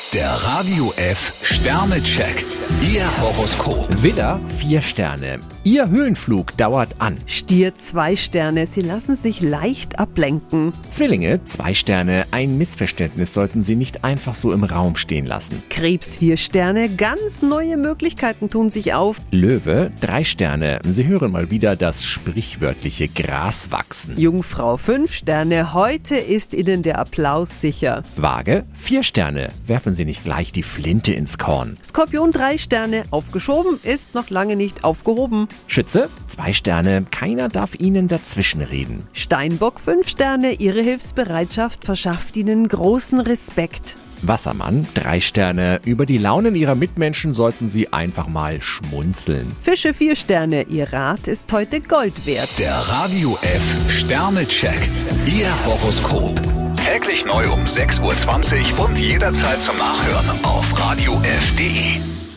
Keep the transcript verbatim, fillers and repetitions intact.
Der Radio F Sternecheck. Ihr Horoskop. Widder, vier Sterne. Ihr Höhenflug dauert an. Stier, zwei Sterne. Sie lassen sich leicht ablenken. Zwillinge, zwei Sterne. Ein Missverständnis sollten Sie nicht einfach so im Raum stehen lassen. Krebs, vier Sterne. Ganz neue Möglichkeiten tun sich auf. Löwe, drei Sterne. Sie hören mal wieder das sprichwörtliche Gras wachsen. Jungfrau, fünf Sterne. Heute ist Ihnen der Applaus sicher. Waage, vier Sterne. Werfen Sie nicht gleich die Flinte ins Korn. Skorpion, drei Sterne. Aufgeschoben ist noch lange nicht aufgehoben. Schütze, zwei Sterne. Keiner darf Ihnen dazwischenreden. Steinbock, fünf Sterne. Ihre Hilfsbereitschaft verschafft Ihnen großen Respekt. Wassermann, drei Sterne. Über die Launen Ihrer Mitmenschen sollten Sie einfach mal schmunzeln. Fische, vier Sterne. Ihr Rat ist heute Gold wert. Der Radio F Sternecheck. Ihr Horoskop. Täglich neu um sechs Uhr zwanzig und jederzeit zum Nachhören auf radio f punkt de.